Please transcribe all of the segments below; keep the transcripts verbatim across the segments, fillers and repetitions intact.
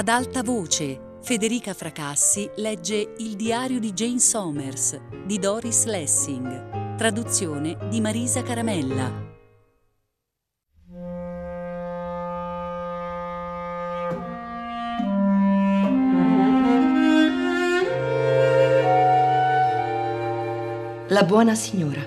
Ad alta voce, Federica Fracassi legge Il diario di Jane Somers di Doris Lessing, traduzione di Marisa Caramella. La buona signora.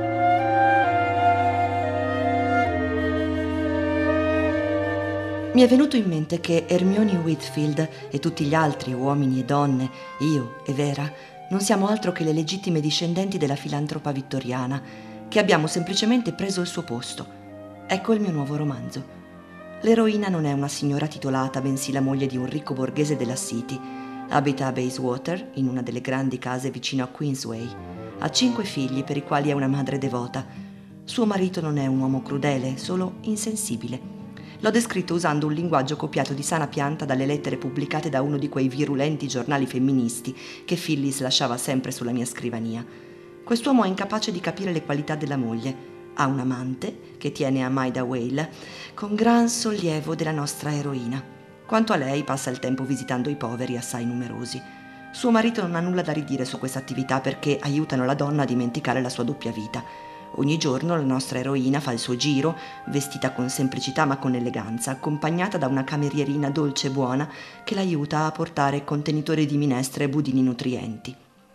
Mi è venuto in mente che Hermione Whitfield e tutti gli altri uomini e donne, io e Vera, non siamo altro che le legittime discendenti della filantropa vittoriana, che abbiamo semplicemente preso il suo posto. Ecco il mio nuovo romanzo. L'eroina non è una signora titolata, bensì la moglie di un ricco borghese della City. Abita a Bayswater, in una delle grandi case vicino a Queensway. Ha cinque figli per i quali è una madre devota. Suo marito non è un uomo crudele, solo insensibile. L'ho descritto usando un linguaggio copiato di sana pianta dalle lettere pubblicate da uno di quei virulenti giornali femministi che Phyllis lasciava sempre sulla mia scrivania. Quest'uomo è incapace di capire le qualità della moglie. Ha un amante, che tiene a Maida Vale, con gran sollievo della nostra eroina. Quanto a lei, passa il tempo visitando i poveri assai numerosi. Suo marito non ha nulla da ridire su questa attività perché aiutano la donna a dimenticare la sua doppia vita. Ogni giorno la nostra eroina fa il suo giro, vestita con semplicità ma con eleganza, accompagnata da una camerierina dolce e buona che l'aiuta a portare contenitori di minestre e budini nutrienti.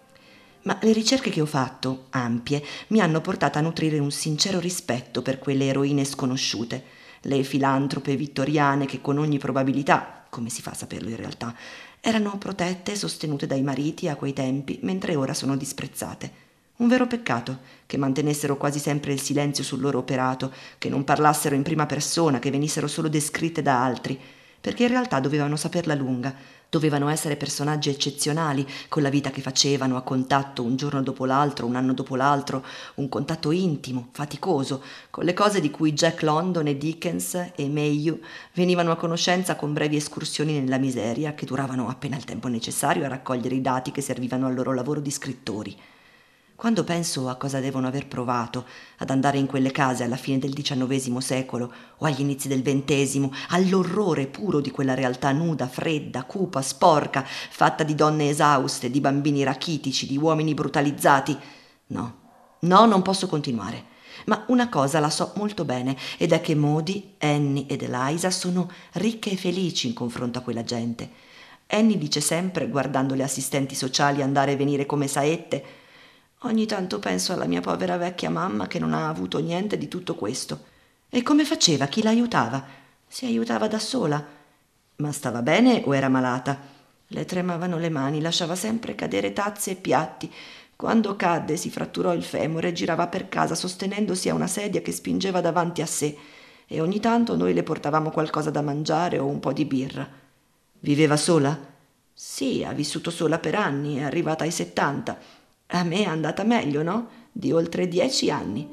Ma le ricerche che ho fatto, ampie, mi hanno portata a nutrire un sincero rispetto per quelle eroine sconosciute, le filantrope vittoriane che con ogni probabilità, come si fa a saperlo in realtà, erano protette e sostenute dai mariti a quei tempi, mentre ora sono disprezzate. Un vero peccato che mantenessero quasi sempre il silenzio sul loro operato, che non parlassero in prima persona, che venissero solo descritte da altri, perché in realtà dovevano saperla lunga, dovevano essere personaggi eccezionali, con la vita che facevano a contatto un giorno dopo l'altro, un anno dopo l'altro, un contatto intimo, faticoso, con le cose di cui Jack London e Dickens e Mayhew venivano a conoscenza con brevi escursioni nella miseria che duravano appena il tempo necessario a raccogliere i dati che servivano al loro lavoro di scrittori. Quando penso a cosa devono aver provato ad andare in quelle case alla fine del diciannovesimo secolo o agli inizi del ventesimo, all'orrore puro di quella realtà nuda, fredda, cupa, sporca, fatta di donne esauste, di bambini rachitici, di uomini brutalizzati, no, no, non posso continuare. Ma una cosa la so molto bene, ed è che Maudie, Annie ed Eliza sono ricche e felici in confronto a quella gente. Annie dice sempre, guardando le assistenti sociali andare e venire come saette: ogni tanto penso alla mia povera vecchia mamma che non ha avuto niente di tutto questo. E come faceva? Chi l'aiutava? Si aiutava da sola. Ma stava bene o era malata? Le tremavano le mani, lasciava sempre cadere tazze e piatti. Quando cadde si fratturò il femore e girava per casa sostenendosi a una sedia che spingeva davanti a sé, e ogni tanto noi le portavamo qualcosa da mangiare o un po' di birra. Viveva sola? Sì, ha vissuto sola per anni, è arrivata ai settanta. A me è andata meglio, no? Di oltre dieci anni.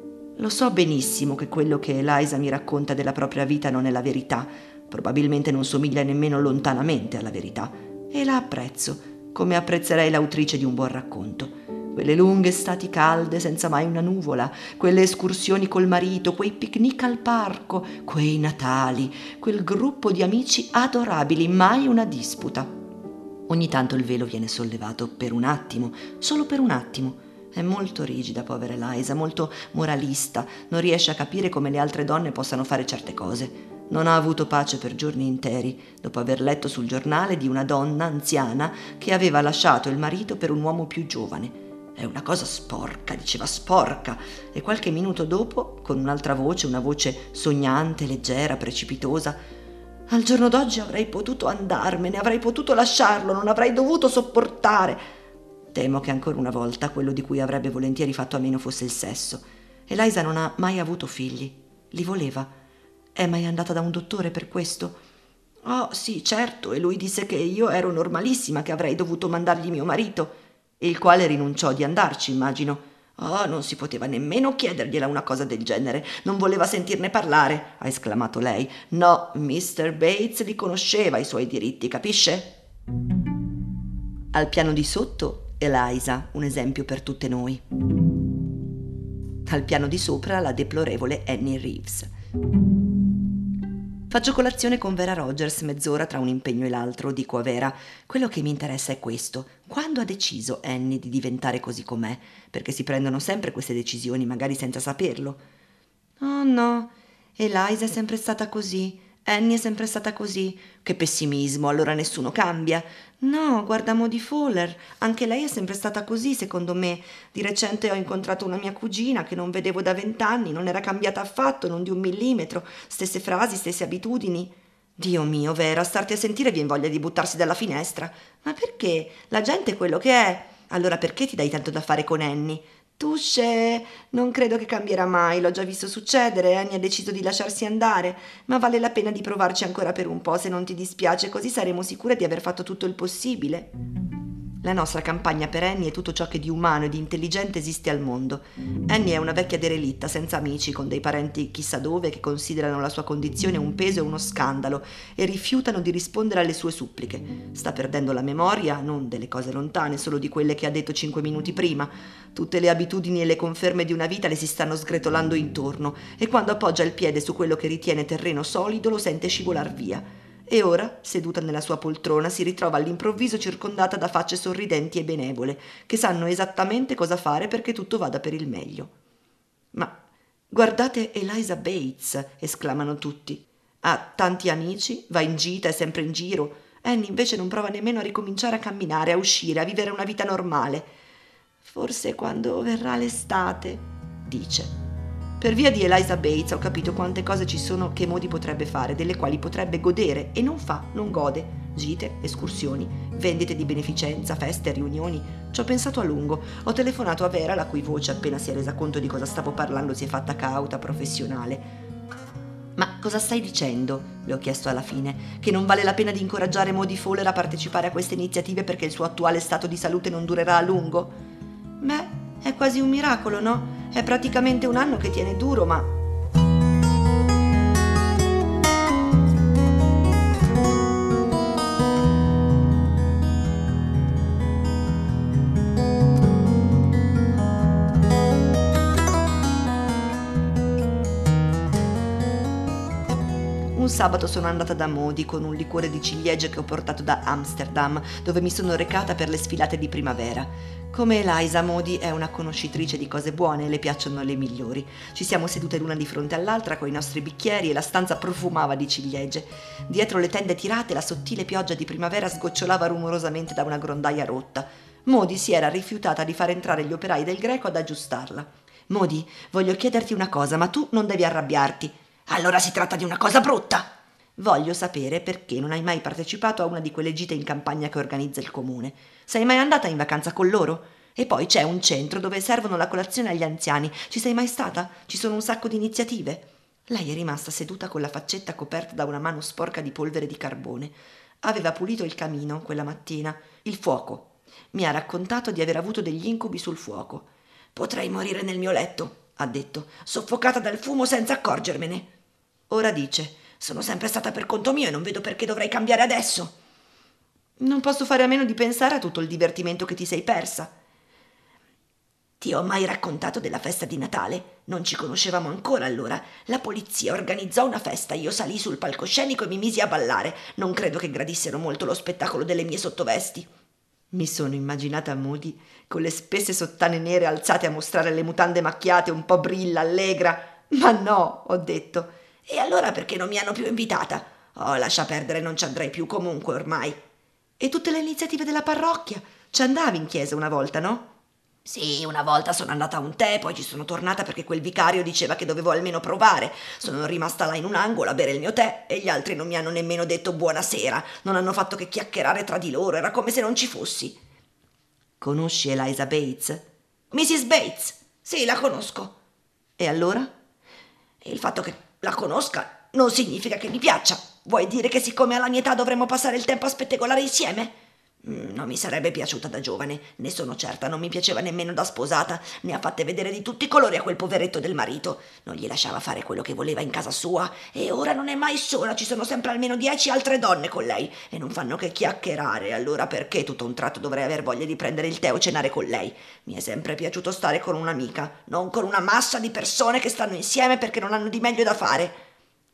Lo so benissimo che quello che Eliza mi racconta della propria vita non è la verità, probabilmente non somiglia nemmeno lontanamente alla verità, e la apprezzo, come apprezzerei l'autrice di un buon racconto. Quelle lunghe estati calde senza mai una nuvola, quelle escursioni col marito, quei picnic al parco, quei Natali, quel gruppo di amici adorabili, mai una disputa. Ogni tanto il velo viene sollevato per un attimo, solo per un attimo. È molto rigida, povera Eliza, molto moralista, non riesce a capire come le altre donne possano fare certe cose. Non ha avuto pace per giorni interi, dopo aver letto sul giornale di una donna anziana che aveva lasciato il marito per un uomo più giovane. È una cosa sporca, diceva, sporca, e qualche minuto dopo, con un'altra voce, una voce sognante, leggera, precipitosa: al giorno d'oggi avrei potuto andarmene, avrei potuto lasciarlo, non avrei dovuto sopportare. Temo che ancora una volta quello di cui avrebbe volentieri fatto a meno fosse il sesso. Eliza non ha mai avuto figli. Li voleva. È mai andata da un dottore per questo? Oh, sì, certo, e lui disse che io ero normalissima, che avrei dovuto mandargli mio marito, il quale rinunciò di andarci, immagino. Oh, non si poteva nemmeno chiedergliela una cosa del genere, non voleva sentirne parlare, ha esclamato lei. No, mister Bates li conosceva i suoi diritti, capisce? Al piano di sotto, Eliza, un esempio per tutte noi. Al piano di sopra, la deplorevole Annie Reeves. Faccio colazione con Vera Rogers mezz'ora tra un impegno e l'altro. Dico a Vera: quello che mi interessa è questo. Quando ha deciso Annie di diventare così com'è? Perché si prendono sempre queste decisioni, magari senza saperlo. Oh no, Eliza è sempre stata così. Annie è sempre stata così. Che pessimismo, allora nessuno cambia. No, guarda Maudie Fowler, anche lei è sempre stata così, secondo me. Di recente ho incontrato una mia cugina che non vedevo da vent'anni, non era cambiata affatto, non di un millimetro, stesse frasi, stesse abitudini. Dio mio, Vera, starti a sentire vien voglia di buttarsi dalla finestra. Ma perché? La gente è quello che è. Allora perché ti dai tanto da fare con Annie? Touché, non credo che cambierà mai, l'ho già visto succedere, Annie ha deciso di lasciarsi andare, ma vale la pena di provarci ancora per un po', se non ti dispiace, così saremo sicure di aver fatto tutto il possibile. La nostra campagna per Annie è tutto ciò che di umano e di intelligente esiste al mondo. Annie è una vecchia derelitta, senza amici, con dei parenti chissà dove che considerano la sua condizione un peso e uno scandalo e rifiutano di rispondere alle sue suppliche. Sta perdendo la memoria, non delle cose lontane, solo di quelle che ha detto cinque minuti prima. Tutte le abitudini e le conferme di una vita le si stanno sgretolando intorno e quando appoggia il piede su quello che ritiene terreno solido lo sente scivolar via. E ora, seduta nella sua poltrona, si ritrova all'improvviso circondata da facce sorridenti e benevole, che sanno esattamente cosa fare perché tutto vada per il meglio. Ma guardate Eliza Bates, esclamano tutti. Ha tanti amici, va in gita, è sempre in giro. Annie invece non prova nemmeno a ricominciare a camminare, a uscire, a vivere una vita normale. Forse quando verrà l'estate, dice. Per via di Eliza Bates ho capito quante cose ci sono che Maudie potrebbe fare, delle quali potrebbe godere, e non fa, non gode. Gite, escursioni, vendite di beneficenza, feste, riunioni. Ci ho pensato a lungo. Ho telefonato a Vera, la cui voce, appena si è resa conto di cosa stavo parlando, si è fatta cauta, professionale. «Ma cosa stai dicendo?» le ho chiesto alla fine. «Che non vale la pena di incoraggiare Maudie Fowler a partecipare a queste iniziative perché il suo attuale stato di salute non durerà a lungo?» «Beh, è quasi un miracolo, no? È praticamente un anno che tiene duro, ma...» Un sabato sono andata da Maudie con un liquore di ciliegie che ho portato da Amsterdam, dove mi sono recata per le sfilate di primavera. Come Eliza, Maudie è una conoscitrice di cose buone e le piacciono le migliori. Ci siamo sedute l'una di fronte all'altra con i nostri bicchieri e la stanza profumava di ciliegie. Dietro le tende tirate la sottile pioggia di primavera sgocciolava rumorosamente da una grondaia rotta. Maudie si era rifiutata di far entrare gli operai del Greco ad aggiustarla. «Maudie, voglio chiederti una cosa, ma tu non devi arrabbiarti». «Allora si tratta di una cosa brutta!» «Voglio sapere perché non hai mai partecipato a una di quelle gite in campagna che organizza il comune. Sei mai andata in vacanza con loro? E poi c'è un centro dove servono la colazione agli anziani. Ci sei mai stata? Ci sono un sacco di iniziative». Lei è rimasta seduta con la faccetta coperta da una mano sporca di polvere di carbone. Aveva pulito il camino quella mattina, il fuoco. Mi ha raccontato di aver avuto degli incubi sul fuoco. «Potrei morire nel mio letto», ha detto, «soffocata dal fumo senza accorgermene». Ora dice: «Sono sempre stata per conto mio e non vedo perché dovrei cambiare adesso». Non posso fare a meno di pensare a tutto il divertimento che ti sei persa. «Ti ho mai raccontato della festa di Natale? Non ci conoscevamo ancora allora. La polizia organizzò una festa, io salii sul palcoscenico e mi misi a ballare. Non credo che gradissero molto lo spettacolo delle mie sottovesti». Mi sono immaginata Maudie con le spesse sottane nere alzate a mostrare le mutande macchiate, un po' brilla, allegra. «Ma no», ho detto. «E allora perché non mi hanno più invitata?» «Oh, lascia perdere, non ci andrei più comunque ormai». «E tutte le iniziative della parrocchia? Ci andavi in chiesa una volta, no?» «Sì, una volta sono andata a un tè, poi ci sono tornata perché quel vicario diceva che dovevo almeno provare. Sono rimasta là in un angolo a bere il mio tè e gli altri non mi hanno nemmeno detto buonasera, non hanno fatto che chiacchierare tra di loro, era come se non ci fossi». «Conosci Eliza Bates?» «missus Bates? Sì, la conosco». «E allora?» «E il fatto che la conosca non significa che mi piaccia. Vuoi dire che siccome alla mia età dovremmo passare il tempo a spettegolare insieme?» «Non mi sarebbe piaciuta da giovane, ne sono certa, non mi piaceva nemmeno da sposata. Ne ha fatte vedere di tutti i colori a quel poveretto del marito. Non gli lasciava fare quello che voleva in casa sua. E ora non è mai sola, ci sono sempre almeno dieci altre donne con lei e non fanno che chiacchierare. Allora perché tutto a un tratto dovrei aver voglia di prendere il tè o cenare con lei? Mi è sempre piaciuto stare con un'amica, non con una massa di persone che stanno insieme perché non hanno di meglio da fare».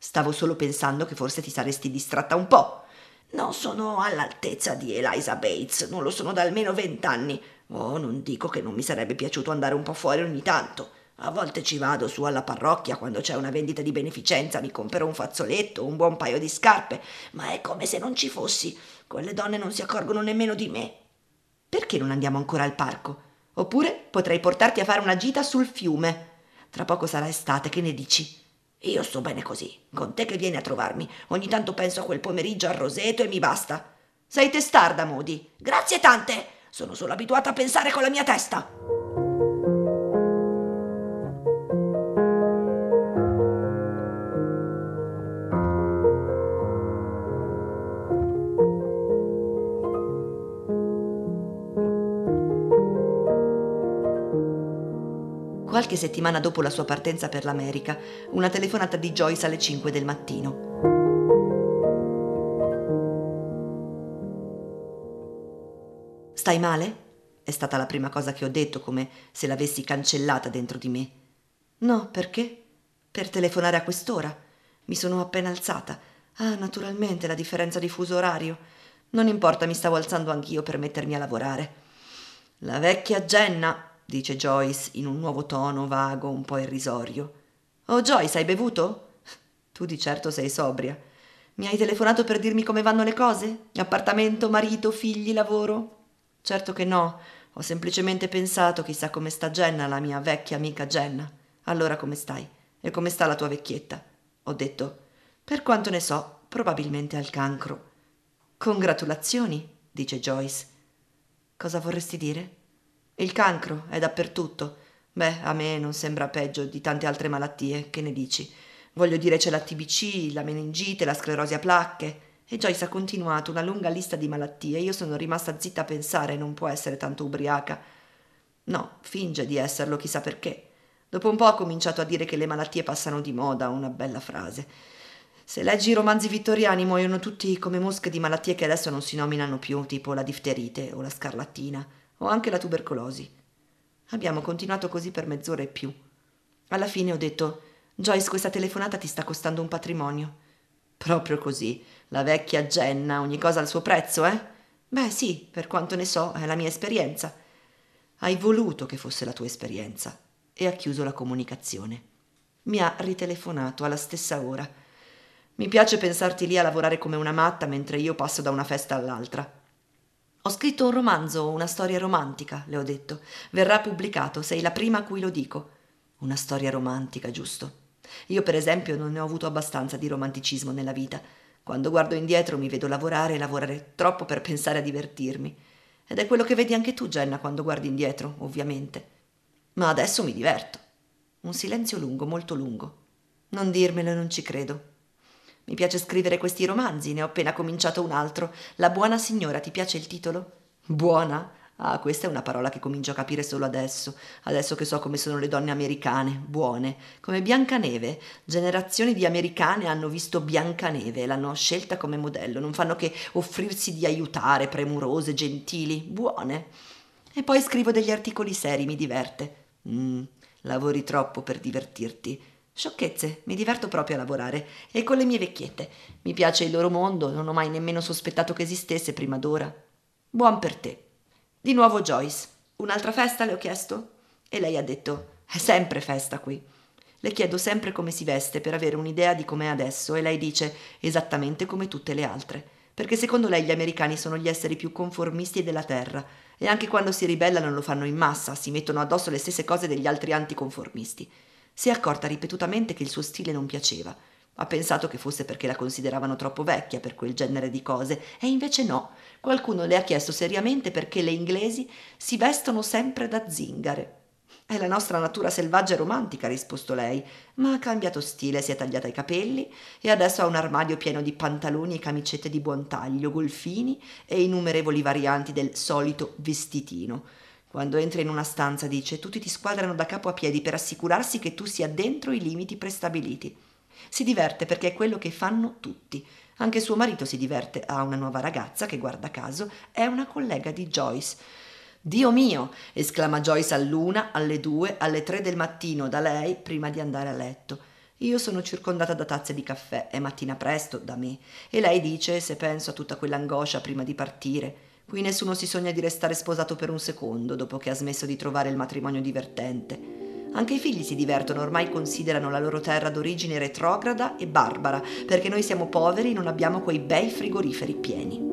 Stavo solo pensando che forse ti saresti distratta un po'. Non sono all'altezza di Eliza Bates, non lo sono da almeno vent'anni. Oh, non dico che non mi sarebbe piaciuto andare un po' fuori ogni tanto. A volte ci vado su alla parrocchia quando c'è una vendita di beneficenza, mi compro un fazzoletto, un buon paio di scarpe, ma è come se non ci fossi. Quelle donne non si accorgono nemmeno di me. Perché non andiamo ancora al parco? Oppure potrei portarti a fare una gita sul fiume. Tra poco sarà estate, che ne dici? Io sto bene così, con te che vieni a trovarmi. Ogni tanto penso a quel pomeriggio al roseto e mi basta. Sei testarda, Modi. Grazie tante. Sono solo abituata a pensare con la mia testa. Qualche settimana dopo la sua partenza per l'America, una telefonata di Joyce alle cinque del mattino. Stai male? È stata la prima cosa che ho detto, come se l'avessi cancellata dentro di me. No, perché? Per telefonare a quest'ora. Mi sono appena alzata. Ah, naturalmente, la differenza di fuso orario. Non importa, mi stavo alzando anch'io per mettermi a lavorare. La vecchia Jenna, dice Joyce in un nuovo tono vago, un po' irrisorio. Oh Joyce, hai bevuto? Tu di certo sei sobria. Mi hai telefonato per dirmi come vanno le cose? Appartamento, marito, figli, lavoro? Certo che no, ho semplicemente pensato chissà come sta Jenna, la mia vecchia amica Jenna. Allora come stai? E come sta la tua vecchietta? Ho detto, per quanto ne so, probabilmente ha il cancro. Congratulazioni, dice Joyce. Cosa vorresti dire? Il cancro è dappertutto. Beh, a me non sembra peggio di tante altre malattie, che ne dici? Voglio dire, c'è la T B C, la meningite, la sclerosi a placche. E Joyce ha continuato una lunga lista di malattie. Io sono rimasta zitta a pensare, non può essere tanto ubriaca. No, finge di esserlo, chissà perché. Dopo un po' ha cominciato a dire che le malattie passano di moda, una bella frase. Se leggi i romanzi vittoriani muoiono tutti come mosche di malattie che adesso non si nominano più, tipo la difterite o la scarlattina o anche la tubercolosi. Abbiamo continuato così per mezz'ora e più. Alla fine ho detto, Joyce, questa telefonata ti sta costando un patrimonio. Proprio così, la vecchia Jenna, ogni cosa al suo prezzo, eh? Beh sì, per quanto ne so, è la mia esperienza. Hai voluto che fosse la tua esperienza. E ha chiuso la comunicazione. Mi ha ritelefonato alla stessa ora. Mi piace pensarti lì a lavorare come una matta mentre io passo da una festa all'altra. Ho scritto un romanzo, una storia romantica, le ho detto. Verrà pubblicato, sei la prima a cui lo dico. Una storia romantica, giusto? Io, per esempio, non ne ho avuto abbastanza di romanticismo nella vita. Quando guardo indietro mi vedo lavorare e lavorare troppo per pensare a divertirmi. Ed è quello che vedi anche tu, Jenna, quando guardi indietro, ovviamente. Ma adesso mi diverto. Un silenzio lungo, molto lungo. Non dirmelo, non ci credo. Mi piace scrivere questi romanzi, ne ho appena cominciato un altro. La buona signora, ti piace il titolo? Buona? Ah, questa è una parola che comincio a capire solo adesso, adesso che so come sono le donne americane, buone, come Biancaneve. Generazioni di americane hanno visto Biancaneve e l'hanno scelta come modello, non fanno che offrirsi di aiutare, premurose, gentili, buone. E poi scrivo degli articoli seri, mi diverte. Mm, lavori troppo per divertirti. Sciocchezze, mi diverto proprio a lavorare, e con le mie vecchiette. Mi piace il loro mondo, non ho mai nemmeno sospettato che esistesse prima d'ora. Buon per te. Di nuovo Joyce. Un'altra festa, le ho chiesto? E lei ha detto, è sempre festa qui. Le chiedo sempre come si veste per avere un'idea di com'è adesso e lei dice esattamente come tutte le altre, perché secondo lei gli americani sono gli esseri più conformisti della terra e anche quando si ribellano lo fanno in massa, si mettono addosso le stesse cose degli altri anticonformisti. Si è accorta ripetutamente che il suo stile non piaceva. Ha pensato che fosse perché la consideravano troppo vecchia per quel genere di cose, e invece no. Qualcuno le ha chiesto seriamente perché le inglesi si vestono sempre da zingare. È la nostra natura selvaggia e romantica, ha risposto lei, ma ha cambiato stile, si è tagliata i capelli e adesso ha un armadio pieno di pantaloni e camicette di buon taglio, golfini e innumerevoli varianti del solito vestitino. Quando entra in una stanza, dice, tutti ti squadrano da capo a piedi per assicurarsi che tu sia dentro i limiti prestabiliti. Si diverte perché è quello che fanno tutti. Anche suo marito si diverte, ha una nuova ragazza che, guarda caso, è una collega di Joyce. Dio mio! Esclama Joyce all'una, alle due, alle tre del mattino da lei prima di andare a letto. Io sono circondata da tazze di caffè, è mattina presto da me, e lei dice, se penso a tutta quell'angoscia prima di partire, qui nessuno si sogna di restare sposato per un secondo dopo che ha smesso di trovare il matrimonio divertente. Anche i figli si divertono, ormai considerano la loro terra d'origine retrograda e barbara, perché noi siamo poveri e non abbiamo quei bei frigoriferi pieni.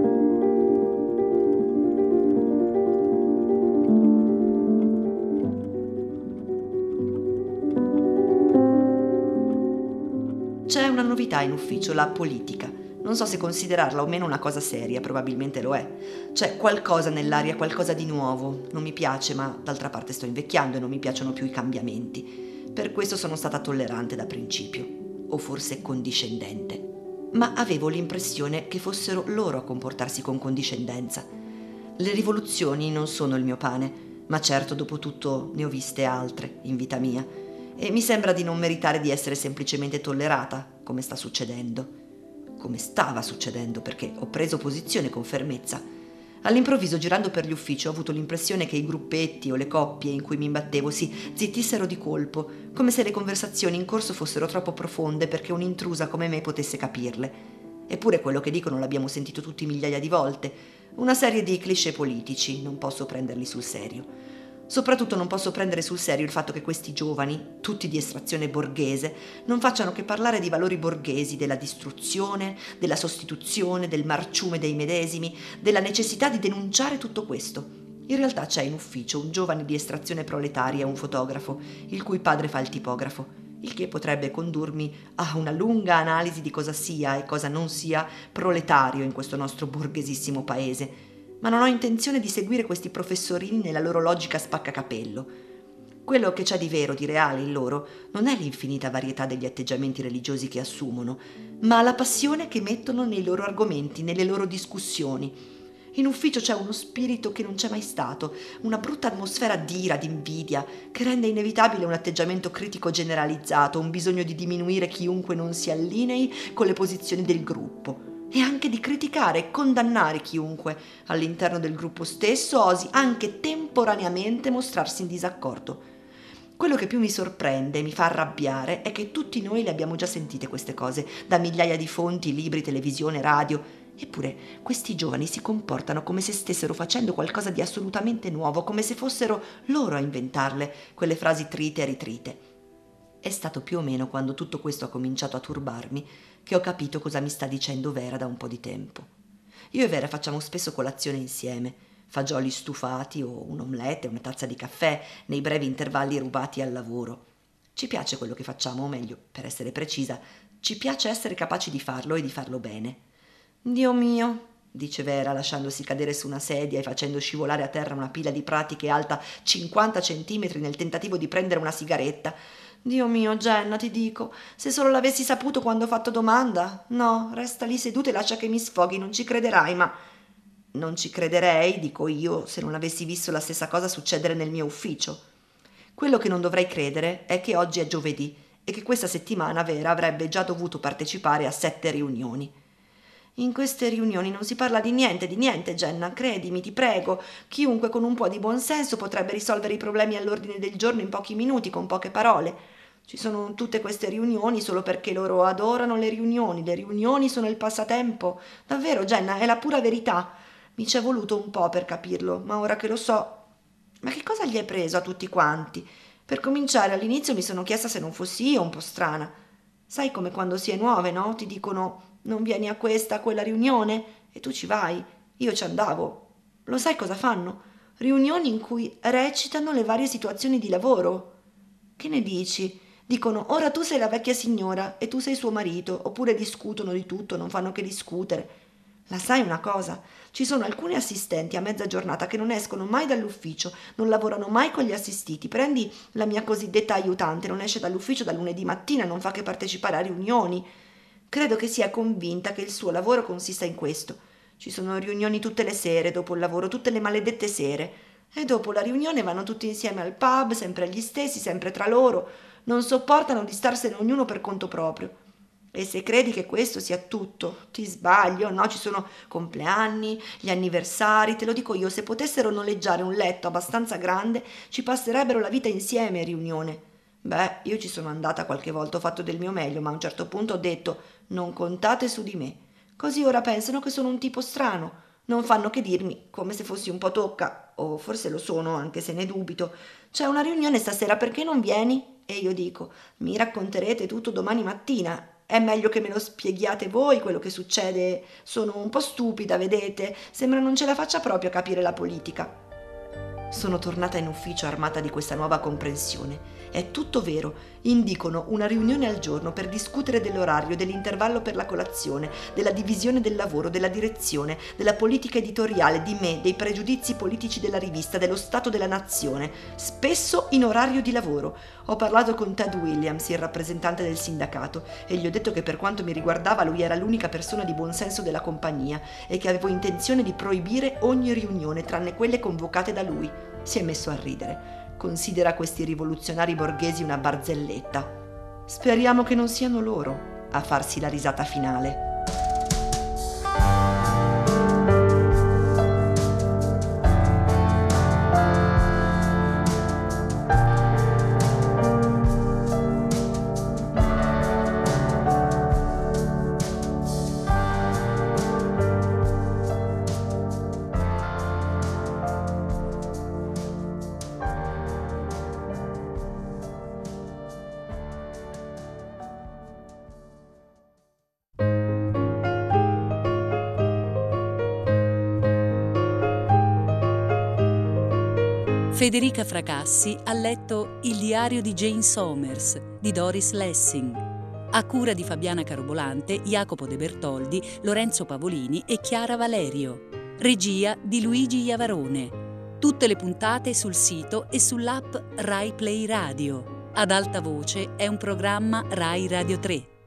C'è una novità in ufficio, la politica. Non so se considerarla o meno una cosa seria, probabilmente lo è. C'è qualcosa nell'aria, qualcosa di nuovo. Non mi piace, ma d'altra parte sto invecchiando e non mi piacciono più i cambiamenti. Per questo sono stata tollerante da principio, o forse condiscendente. Ma avevo l'impressione che fossero loro a comportarsi con condiscendenza. Le rivoluzioni non sono il mio pane, ma certo dopo tutto ne ho viste altre in vita mia. E mi sembra di non meritare di essere semplicemente tollerata, come sta succedendo. Come stava succedendo, perché ho preso posizione con fermezza. All'improvviso, girando per gli uffici, ho avuto l'impressione che i gruppetti o le coppie in cui mi imbattevo si zittissero di colpo, come se le conversazioni in corso fossero troppo profonde perché un'intrusa come me potesse capirle. Eppure quello che dicono l'abbiamo sentito tutti migliaia di volte. Una serie di cliché politici, non posso prenderli sul serio. Soprattutto non posso prendere sul serio il fatto che questi giovani, tutti di estrazione borghese, non facciano che parlare di valori borghesi, della distruzione, della sostituzione, del marciume dei medesimi, della necessità di denunciare tutto questo. In realtà c'è in ufficio un giovane di estrazione proletaria, un fotografo, il cui padre fa il tipografo, il che potrebbe condurmi a una lunga analisi di cosa sia e cosa non sia proletario in questo nostro borghesissimo paese. Ma non ho intenzione di seguire questi professorini nella loro logica spaccacapello. Quello che c'è di vero, di reale in loro, non è l'infinita varietà degli atteggiamenti religiosi che assumono, ma la passione che mettono nei loro argomenti, nelle loro discussioni. In ufficio c'è uno spirito che non c'è mai stato, una brutta atmosfera d'ira, di invidia, che rende inevitabile un atteggiamento critico generalizzato, un bisogno di diminuire chiunque non si allinei con le posizioni del gruppo. E anche di criticare e condannare chiunque all'interno del gruppo stesso osi anche temporaneamente mostrarsi in disaccordo. Quello che più mi sorprende e mi fa arrabbiare è che tutti noi le abbiamo già sentite queste cose, da migliaia di fonti, libri, televisione, radio. Eppure questi giovani si comportano come se stessero facendo qualcosa di assolutamente nuovo, come se fossero loro a inventarle, quelle frasi trite e ritrite. È stato più o meno quando tutto questo ha cominciato a turbarmi che ho capito cosa mi sta dicendo Vera da un po' di tempo. Io e Vera facciamo spesso colazione insieme, fagioli stufati o un omelette, una tazza di caffè, nei brevi intervalli rubati al lavoro. Ci piace quello che facciamo, o meglio, per essere precisa, ci piace essere capaci di farlo e di farlo bene. Dio mio, dice Vera, lasciandosi cadere su una sedia e facendo scivolare a terra una pila di pratiche alta cinquanta centimetri nel tentativo di prendere una sigaretta. Dio mio, Jenna, ti dico, se solo l'avessi saputo quando ho fatto domanda. No, resta lì seduta e lascia che mi sfoghi, non ci crederai, ma... Non ci crederei, dico io, se non avessi visto la stessa cosa succedere nel mio ufficio. Quello che non dovrei credere è che oggi è giovedì e che questa settimana Vera avrebbe già dovuto partecipare a sette riunioni. In queste riunioni non si parla di niente, di niente, Jenna, credimi, ti prego. Chiunque con un po' di buonsenso potrebbe risolvere i problemi all'ordine del giorno in pochi minuti, con poche parole. Ci sono tutte queste riunioni solo perché loro adorano le riunioni. Le riunioni sono il passatempo. Davvero, Jenna, è la pura verità. Mi ci è voluto un po' per capirlo, ma ora che lo so... Ma che cosa gli hai preso a tutti quanti? Per cominciare, all'inizio mi sono chiesta se non fossi io un po' strana. Sai come quando si è nuove, no? Ti dicono... Non vieni a questa, a quella riunione? E tu ci vai. Io ci andavo. Lo sai cosa fanno? Riunioni in cui recitano le varie situazioni di lavoro. Che ne dici? Dicono, ora tu sei la vecchia signora e tu sei suo marito, oppure discutono di tutto, non fanno che discutere. La sai una cosa? Ci sono alcuni assistenti a mezza giornata che non escono mai dall'ufficio, non lavorano mai con gli assistiti. Prendi la mia cosiddetta aiutante, non esce dall'ufficio dal lunedì mattina, non fa che partecipare a riunioni. Credo che sia convinta che il suo lavoro consista in questo. Ci sono riunioni tutte le sere, dopo il lavoro, tutte le maledette sere. E dopo la riunione vanno tutti insieme al pub, sempre gli stessi, sempre tra loro. Non sopportano di starsene ognuno per conto proprio. E se credi che questo sia tutto, ti sbaglio, no? Ci sono compleanni, gli anniversari, te lo dico io, se potessero noleggiare un letto abbastanza grande, ci passerebbero la vita insieme a riunione. Beh, io ci sono andata qualche volta, ho fatto del mio meglio, ma a un certo punto ho detto non contate su di me. Così ora pensano che sono un tipo strano. Non fanno che dirmi, come se fossi un po' tocca, o forse lo sono, anche se ne dubito. C'è una riunione stasera, perché non vieni? E io dico, mi racconterete tutto domani mattina. È meglio che me lo spieghiate voi quello che succede. Sono un po' stupida, vedete? Sembra non ce la faccia proprio a capire la politica. Sono tornata in ufficio armata di questa nuova comprensione. È tutto vero. Indicono una riunione al giorno per discutere dell'orario, dell'intervallo per la colazione, della divisione del lavoro, della direzione, della politica editoriale, di me, dei pregiudizi politici della rivista, dello stato della nazione, spesso in orario di lavoro. Ho parlato con Ted Williams, il rappresentante del sindacato, e gli ho detto che per quanto mi riguardava lui era l'unica persona di buonsenso della compagnia e che avevo intenzione di proibire ogni riunione tranne quelle convocate da lui. Si è messo a ridere. Considera questi rivoluzionari borghesi una barzelletta. Speriamo che non siano loro a farsi la risata finale. Federica Fracassi ha letto Il diario di Jane Somers di Doris Lessing, a cura di Fabiana Carobolante, Jacopo De Bertoldi, Lorenzo Pavolini e Chiara Valerio. Regia di Luigi Iavarone. Tutte le puntate sul sito e sull'app Rai Play Radio. Ad alta voce è un programma Rai Radio tre.